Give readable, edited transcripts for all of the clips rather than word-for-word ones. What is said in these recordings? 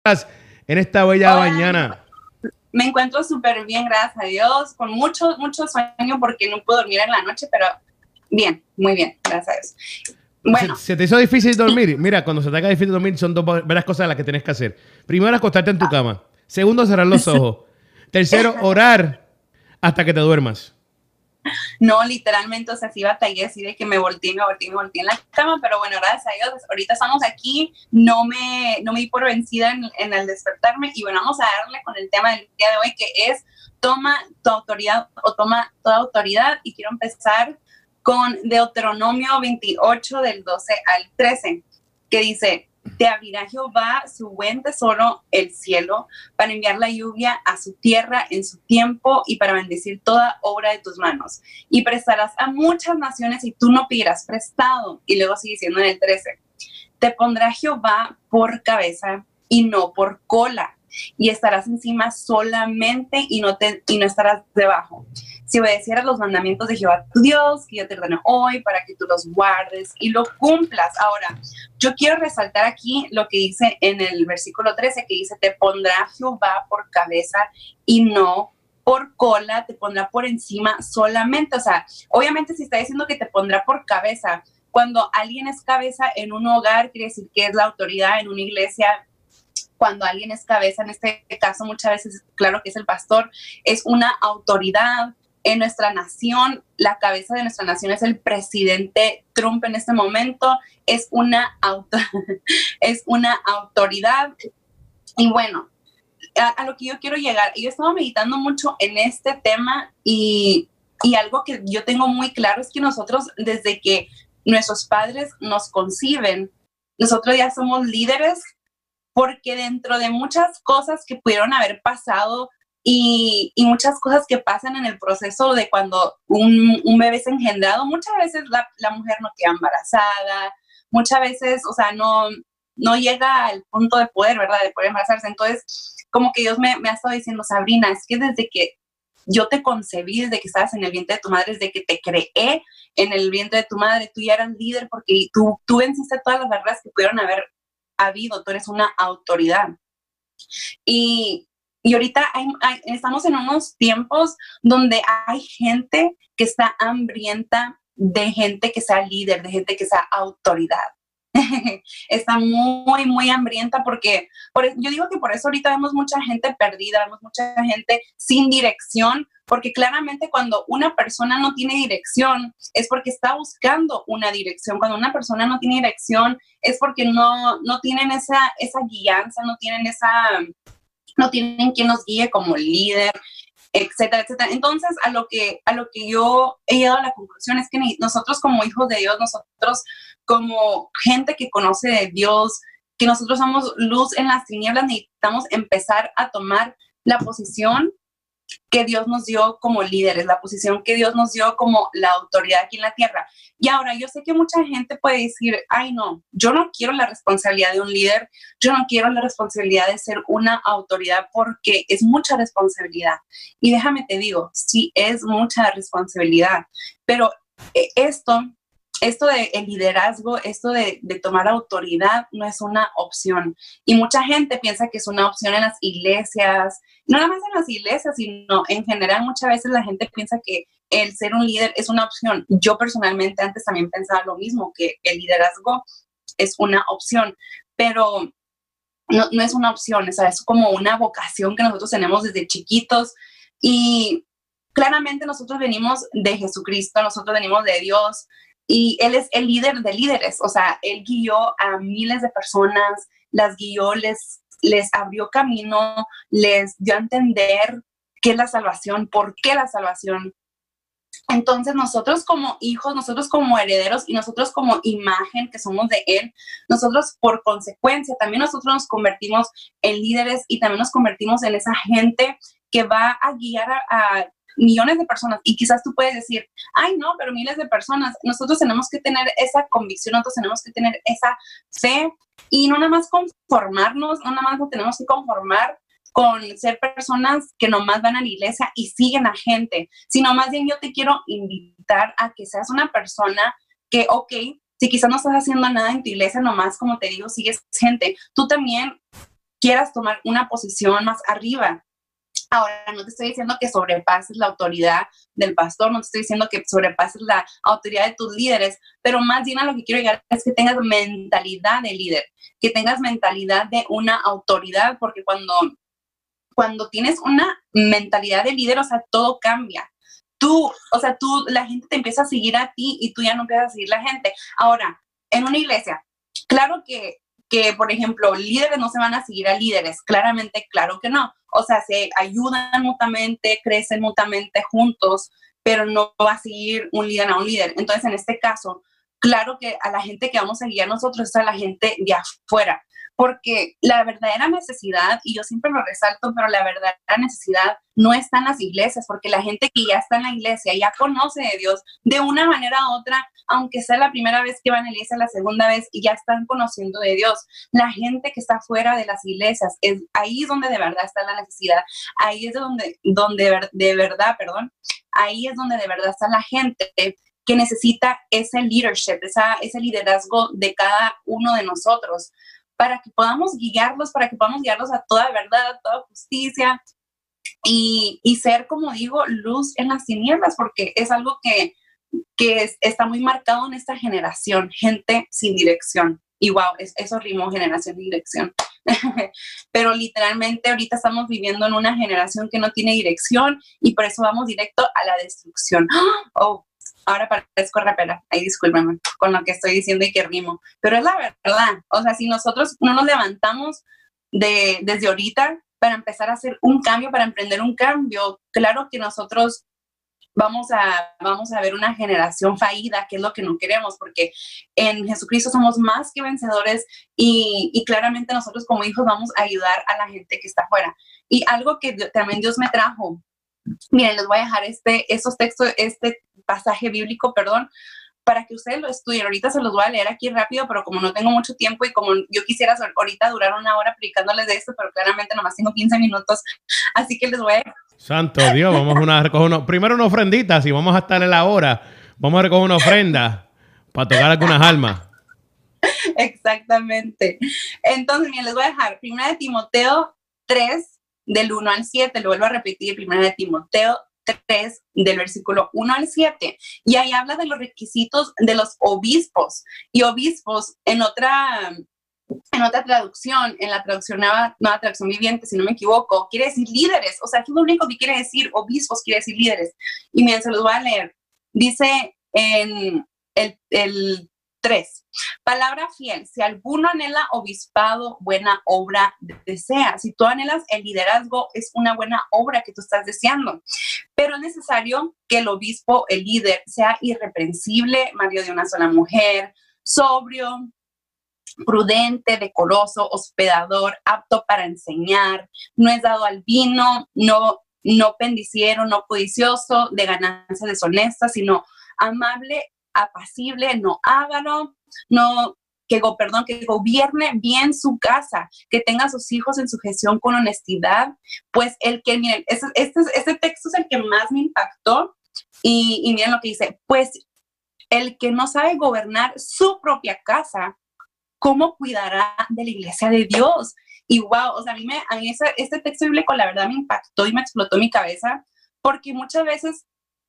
en esta bella Hola, mañana? me encuentro súper bien, gracias a Dios, con mucho, mucho sueño porque no puedo dormir en la noche, pero bien, muy bien, gracias a Dios. ¿Se, Bueno, se te hizo difícil dormir? Mira, cuando se te haga difícil dormir son dos varias cosas las que tienes que hacer. Primero, acostarte en tu cama. Segundo, cerrar los ojos. Tercero, orar hasta que te duermas. no literalmente, o sea, sí batallé así de que me volteé en la cama, pero bueno, gracias a Dios, ahorita estamos aquí, no me di por vencida en el despertarme y bueno, vamos a darle con el tema del día de hoy que es toma tu autoridad o toma toda autoridad y quiero empezar con Deuteronomio 28 del 12 al 13, que dice, te abrirá Jehová su buen tesoro, el cielo, para enviar la lluvia a su tierra en su tiempo y para bendecir toda obra de tus manos. Y prestarás a muchas naciones y tú no pedirás prestado. Y luego sigue diciendo en el 13, te pondrá Jehová por cabeza y no por cola, y estarás encima solamente y no estarás debajo. Si obedecieras los mandamientos de Jehová tu Dios, que yo te ordeno hoy, para que tú los guardes y lo cumplas. Ahora, yo quiero resaltar aquí lo que dice en el versículo 13, que dice, te pondrá Jehová por cabeza y no por cola, te pondrá por encima solamente. O sea, obviamente si está diciendo que te pondrá por cabeza, cuando alguien es cabeza en un hogar, quiere decir que es la autoridad en una iglesia. Cuando alguien es cabeza, en este caso muchas veces, claro que es el pastor, es una autoridad en nuestra nación. La cabeza de nuestra nación es el presidente Trump en este momento, es es una autoridad. Y bueno, a lo que yo quiero llegar, yo estaba meditando mucho en este tema y algo que yo tengo muy claro es que nosotros desde que nuestros padres nos conciben, nosotros ya somos líderes porque dentro de muchas cosas que pudieron haber pasado y muchas cosas que pasan en el proceso de cuando un bebé es engendrado, muchas veces la mujer no queda embarazada, muchas veces, o sea, no llega al punto de poder, ¿verdad? De poder embarazarse. Entonces, como que Dios me ha estado diciendo, Sabrina, es que desde que yo te concebí, desde que estabas en el vientre de tu madre, desde que te creé en el vientre de tu madre, tú ya eras líder porque tú venciste todas las barreras que pudieron haber habido, tú eres una autoridad. Y, y ahorita estamos en unos tiempos donde hay gente que está hambrienta de gente que sea líder, de gente que sea autoridad. Está muy, muy hambrienta porque yo digo que por eso ahorita vemos mucha gente perdida, vemos mucha gente sin dirección, porque claramente cuando una persona no tiene dirección es porque está buscando una dirección. Cuando una persona no tiene dirección es porque no tienen esa guianza, no tienen quien nos guíe como líder, etcétera, etcétera. Entonces, a lo que yo he llegado a la conclusión es que nosotros como hijos de Dios, nosotros como gente que conoce de Dios, que nosotros somos luz en las tinieblas, necesitamos empezar a tomar la posición que Dios nos dio como líderes, la posición que Dios nos dio como la autoridad aquí en la tierra. Y ahora, yo sé que mucha gente puede decir, ay no, yo no quiero la responsabilidad de un líder, yo no quiero la responsabilidad de ser una autoridad porque es mucha responsabilidad. Y déjame te digo, sí es mucha responsabilidad, pero esto de el liderazgo, esto de tomar autoridad no es una opción. Y mucha gente piensa que es una opción en las iglesias, no nada más en las iglesias, sino en general muchas veces la gente piensa que el ser un líder es una opción. Yo personalmente antes también pensaba lo mismo, que el liderazgo es una opción, pero no es una opción, o sea, es como una vocación que nosotros tenemos desde chiquitos y claramente nosotros venimos de Jesucristo, nosotros venimos de Dios y Él es el líder de líderes, o sea, Él guió a miles de personas, las guió, les abrió camino, les dio a entender qué es la salvación, por qué la salvación. Entonces nosotros como hijos, nosotros como herederos y nosotros como imagen que somos de Él, nosotros por consecuencia también nosotros nos convertimos en líderes y también nos convertimos en esa gente que va a guiar a millones de personas. Y quizás tú puedes decir, ay no, pero miles de personas. Nosotros tenemos que tener esa convicción, nosotros tenemos que tener esa fe y no nada más conformarnos, no nada más nos tenemos que conformar con ser personas que nomás van a la iglesia y siguen a gente, sino más bien yo te quiero invitar a que seas una persona que, ok, si quizás no estás haciendo nada en tu iglesia, nomás como te digo, sigues gente, tú también quieras tomar una posición más arriba. Ahora, no te estoy diciendo que sobrepases la autoridad del pastor, no te estoy diciendo que sobrepases la autoridad de tus líderes, pero más bien a lo que quiero llegar es que tengas mentalidad de líder, que tengas mentalidad de una autoridad, porque cuando tienes una mentalidad de líder, o sea, todo cambia. La gente te empieza a seguir a ti y tú ya no empiezas a seguir la gente. Ahora, en una iglesia, claro que por ejemplo, líderes no se van a seguir a líderes, claramente, claro que no. O sea, se ayudan mutuamente, crecen mutuamente juntos, pero no va a seguir un líder a un líder. Entonces, en este caso, claro que a la gente que vamos a guiar nosotros es a la gente de afuera, porque la verdadera necesidad, y yo siempre lo resalto, pero la verdadera necesidad no está en las iglesias, porque la gente que ya está en la iglesia ya conoce de Dios de una manera u otra, aunque sea la primera vez que van a la iglesia, la segunda vez, y ya están conociendo de Dios. La gente que está fuera de las iglesias, ahí es donde de verdad está la necesidad, ahí es de verdad, ahí es donde de verdad está la gente que necesita ese leadership, ese liderazgo de cada uno de nosotros, para que podamos guiarlos a toda verdad, a toda justicia y ser, como digo, luz en las tinieblas, porque es algo que está muy marcado en esta generación, gente sin dirección. Y wow, eso rimó, generación sin dirección. Pero literalmente ahorita estamos viviendo en una generación que no tiene dirección y por eso vamos directo a la destrucción. Oh, ahora parezco rapera, ahí discúlpenme con lo que estoy diciendo y que rimo, pero es la verdad. O sea, si nosotros no nos levantamos desde ahorita para empezar a hacer un cambio, para emprender un cambio, claro que nosotros vamos a ver una generación fallida, que es lo que no queremos, porque en Jesucristo somos más que vencedores y claramente nosotros como hijos vamos a ayudar a la gente que está afuera. Y algo que también Dios me trajo, miren, les voy a dejar este pasaje bíblico, para que ustedes lo estudien. Ahorita se los voy a leer aquí rápido, pero como no tengo mucho tiempo y como yo quisiera ahorita durar una hora aplicándoles de esto, pero claramente nomás tengo 15 minutos, así que les voy a... Santo Dios, vamos a recoger primero una ofrendita, si vamos a estar en la hora, vamos a recoger una ofrenda para tocar algunas almas. Exactamente. Entonces, miren, les voy a dejar 1 de Timoteo 3, del 1 al 7, lo vuelvo a repetir, 1 de Timoteo 3, del versículo 1 al 7, y ahí habla de los requisitos de los obispos, y obispos en otra traducción, en la traducción nueva traducción viviente, si no me equivoco, quiere decir líderes. O sea, es lo único que quiere decir obispos, quiere decir líderes. Y miren, se los voy a leer. Dice en el 3, palabra fiel, si alguno anhela obispado, buena obra desea. Si tú anhelas el liderazgo, es una buena obra que tú estás deseando. Pero es necesario que el obispo, el líder, sea irreprensible, marido de una sola mujer, sobrio, prudente, decoroso, hospedador, apto para enseñar, no es dado al vino, no pendiciero, no codicioso, de ganancias deshonestas, sino amable, apacible, no avaro, que gobierne bien su casa, que tenga a sus hijos en sujeción con honestidad. Pues miren, este texto es el que más me impactó y miren lo que dice, pues el que no sabe gobernar su propia casa, ¿cómo cuidará de la iglesia de Dios? Y wow, o sea, a mí este texto bíblico la verdad me impactó y me explotó mi cabeza, porque muchas veces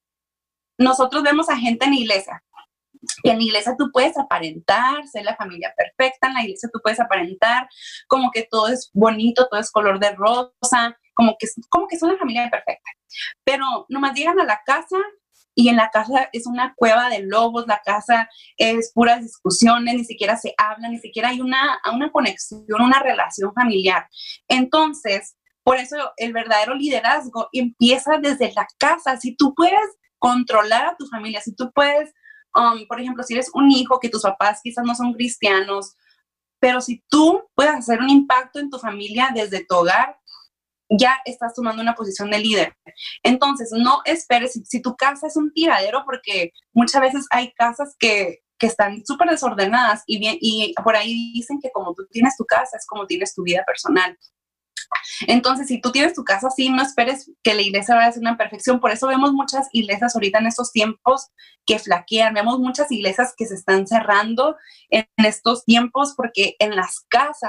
nosotros vemos a gente en la iglesia, y en la iglesia tú puedes aparentar ser la familia perfecta, en la iglesia tú puedes aparentar como que todo es bonito, todo es color de rosa, como que es una familia perfecta, pero nomás llegan a la casa y en la casa es una cueva de lobos, la casa es puras discusiones, ni siquiera se habla, ni siquiera hay una conexión, una relación familiar. Entonces, por eso el verdadero liderazgo empieza desde la casa. Si tú puedes controlar a tu familia, si tú puedes, por ejemplo, si eres un hijo que tus papás quizás no son cristianos, pero si tú puedes hacer un impacto en tu familia desde tu hogar, ya estás tomando una posición de líder. Entonces, no esperes, si tu casa es un tiradero, porque muchas veces hay casas que están súper desordenadas y por ahí dicen que como tú tienes tu casa, es como tienes tu vida personal. Entonces, si tú tienes tu casa así, no esperes que la iglesia vaya a ser una perfección. Por eso vemos muchas iglesias ahorita en estos tiempos que flaquean. Vemos muchas iglesias que se están cerrando en estos tiempos porque en las casas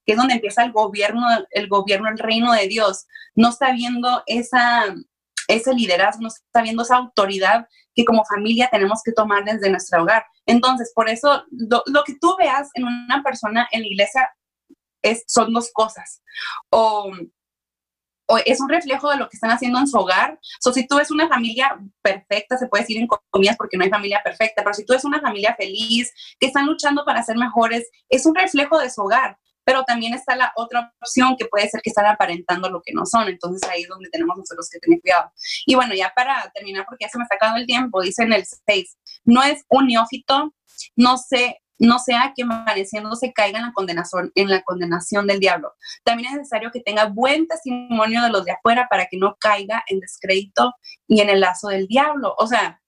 que es donde empieza el gobierno, el reino de Dios, no está viendo ese liderazgo, no está viendo esa autoridad que como familia tenemos que tomar desde nuestro hogar. Entonces, por eso, lo que tú veas en una persona en la iglesia son dos cosas. O es un reflejo de lo que están haciendo en su hogar. Si tú ves una familia perfecta, se puede decir en comillas porque no hay familia perfecta, pero si tú ves una familia feliz, que están luchando para ser mejores, es un reflejo de su hogar. Pero también está la otra opción que puede ser que están aparentando lo que no son. Entonces ahí es donde tenemos nosotros que tener cuidado. Y bueno, ya para terminar, porque ya se me está acabando el tiempo, dice en el 6, no es un neófito, no sea que amaneciéndose caiga en la condenación del diablo. También es necesario que tenga buen testimonio de los de afuera para que no caiga en descrédito y en el lazo del diablo. O sea,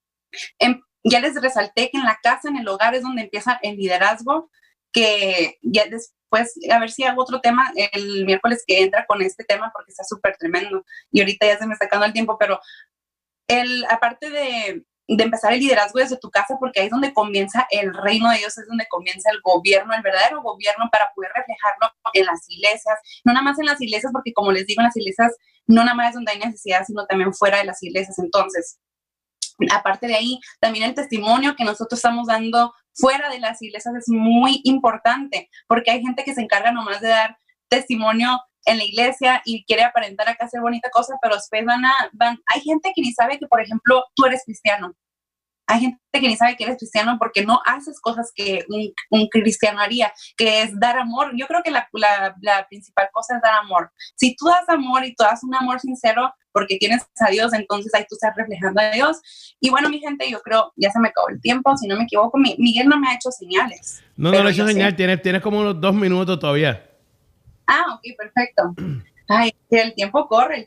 ya les resalté que en la casa, en el hogar es donde empieza el liderazgo, que ya después, a ver si hago otro tema el miércoles que entra con este tema porque está súper tremendo y ahorita ya se me está acabando el tiempo, pero aparte de empezar el liderazgo desde tu casa, porque ahí es donde comienza el reino de Dios, es donde comienza el gobierno, el verdadero gobierno, para poder reflejarlo en las iglesias, no nada más en las iglesias, porque como les digo, en las iglesias no nada más es donde hay necesidad, sino también fuera de las iglesias. Entonces, aparte de ahí, también el testimonio que nosotros estamos dando fuera de las iglesias es muy importante, porque hay gente que se encarga nomás de dar testimonio en la iglesia y quiere aparentar acá hacer bonita cosa, pero después hay gente que ni sabe que, por ejemplo, tú eres cristiano. Hay gente que ni sabe que eres cristiano porque no haces cosas que un cristiano haría, que es dar amor. Yo creo que la principal cosa es dar amor. Si tú das amor y tú das un amor sincero porque tienes a Dios, entonces ahí tú estás reflejando a Dios. Y bueno, mi gente, yo creo, ya se me acabó el tiempo, si no me equivoco, Miguel no me ha hecho señales. No le he hecho señal, tienes como unos 2 minutos todavía. Ah, ok, perfecto. Ay, el tiempo corre.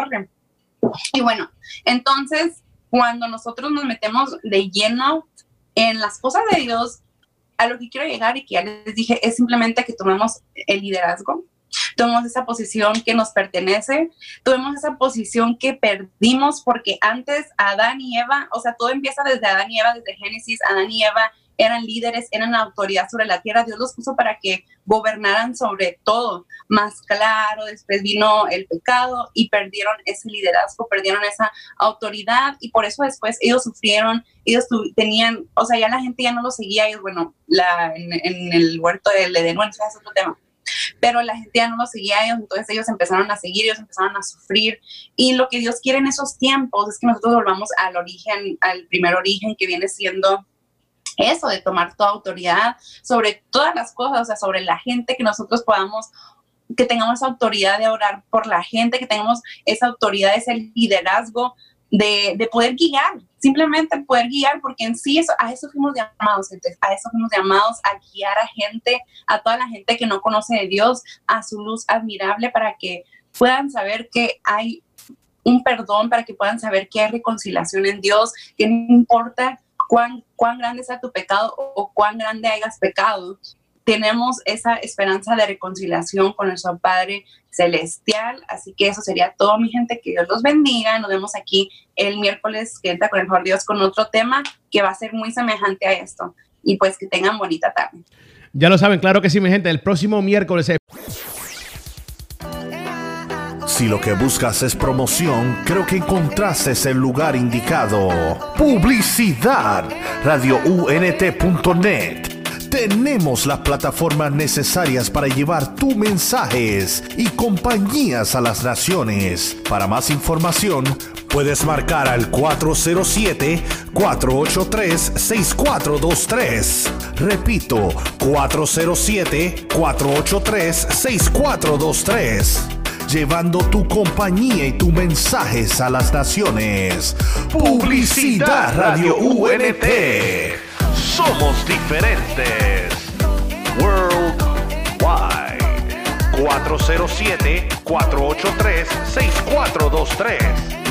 Y bueno, entonces, cuando nosotros nos metemos de lleno en las cosas de Dios, a lo que quiero llegar y que ya les dije, es simplemente que tomemos el liderazgo, tomemos esa posición que nos pertenece, tomemos esa posición que perdimos porque antes Adán y Eva, o sea, todo empieza desde Adán y Eva, desde Génesis. Adán y Eva eran líderes, eran autoridad sobre la tierra. Dios los puso para que gobernaran sobre todo. Más claro, después vino el pecado y perdieron ese liderazgo, perdieron esa autoridad y por eso después ellos sufrieron, ellos tenían, o sea, ya la gente ya no los seguía. Ellos, bueno, en el huerto del Edén, bueno, ese es otro tema. Pero la gente ya no los seguía a ellos, entonces ellos empezaron a seguir, ellos empezaron a sufrir. Y lo que Dios quiere en esos tiempos es que nosotros volvamos al origen, al primer origen, que viene siendo eso de tomar toda autoridad sobre todas las cosas, o sea, sobre la gente, que nosotros que tengamos esa autoridad de orar por la gente, que tengamos esa autoridad, ese liderazgo de poder guiar, simplemente poder guiar, porque en sí a eso fuimos llamados, entonces, a eso fuimos llamados, a guiar a gente, a toda la gente que no conoce de Dios, a su luz admirable, para que puedan saber que hay un perdón, para que puedan saber que hay reconciliación en Dios, que no importa cuán grande sea tu pecado o cuán grande hayas pecado, tenemos esa esperanza de reconciliación con nuestro Padre Celestial. Así que eso sería todo, mi gente. Que Dios los bendiga. Nos vemos aquí el miércoles que entra con el mejor Dios con otro tema que va a ser muy semejante a esto. Y pues que tengan bonita tarde. Ya lo saben, claro que sí, mi gente. El próximo miércoles. Si lo que buscas es promoción, creo que encontraste el lugar indicado. Publicidad. RadioUNT.net. Tenemos las plataformas necesarias para llevar tus mensajes y compañías a las naciones. Para más información, puedes marcar al 407-483-6423. Repito, 407-483-6423. Llevando tu compañía y tus mensajes a las naciones. Publicidad Radio UNT. Somos diferentes. Worldwide. 407-483-6423.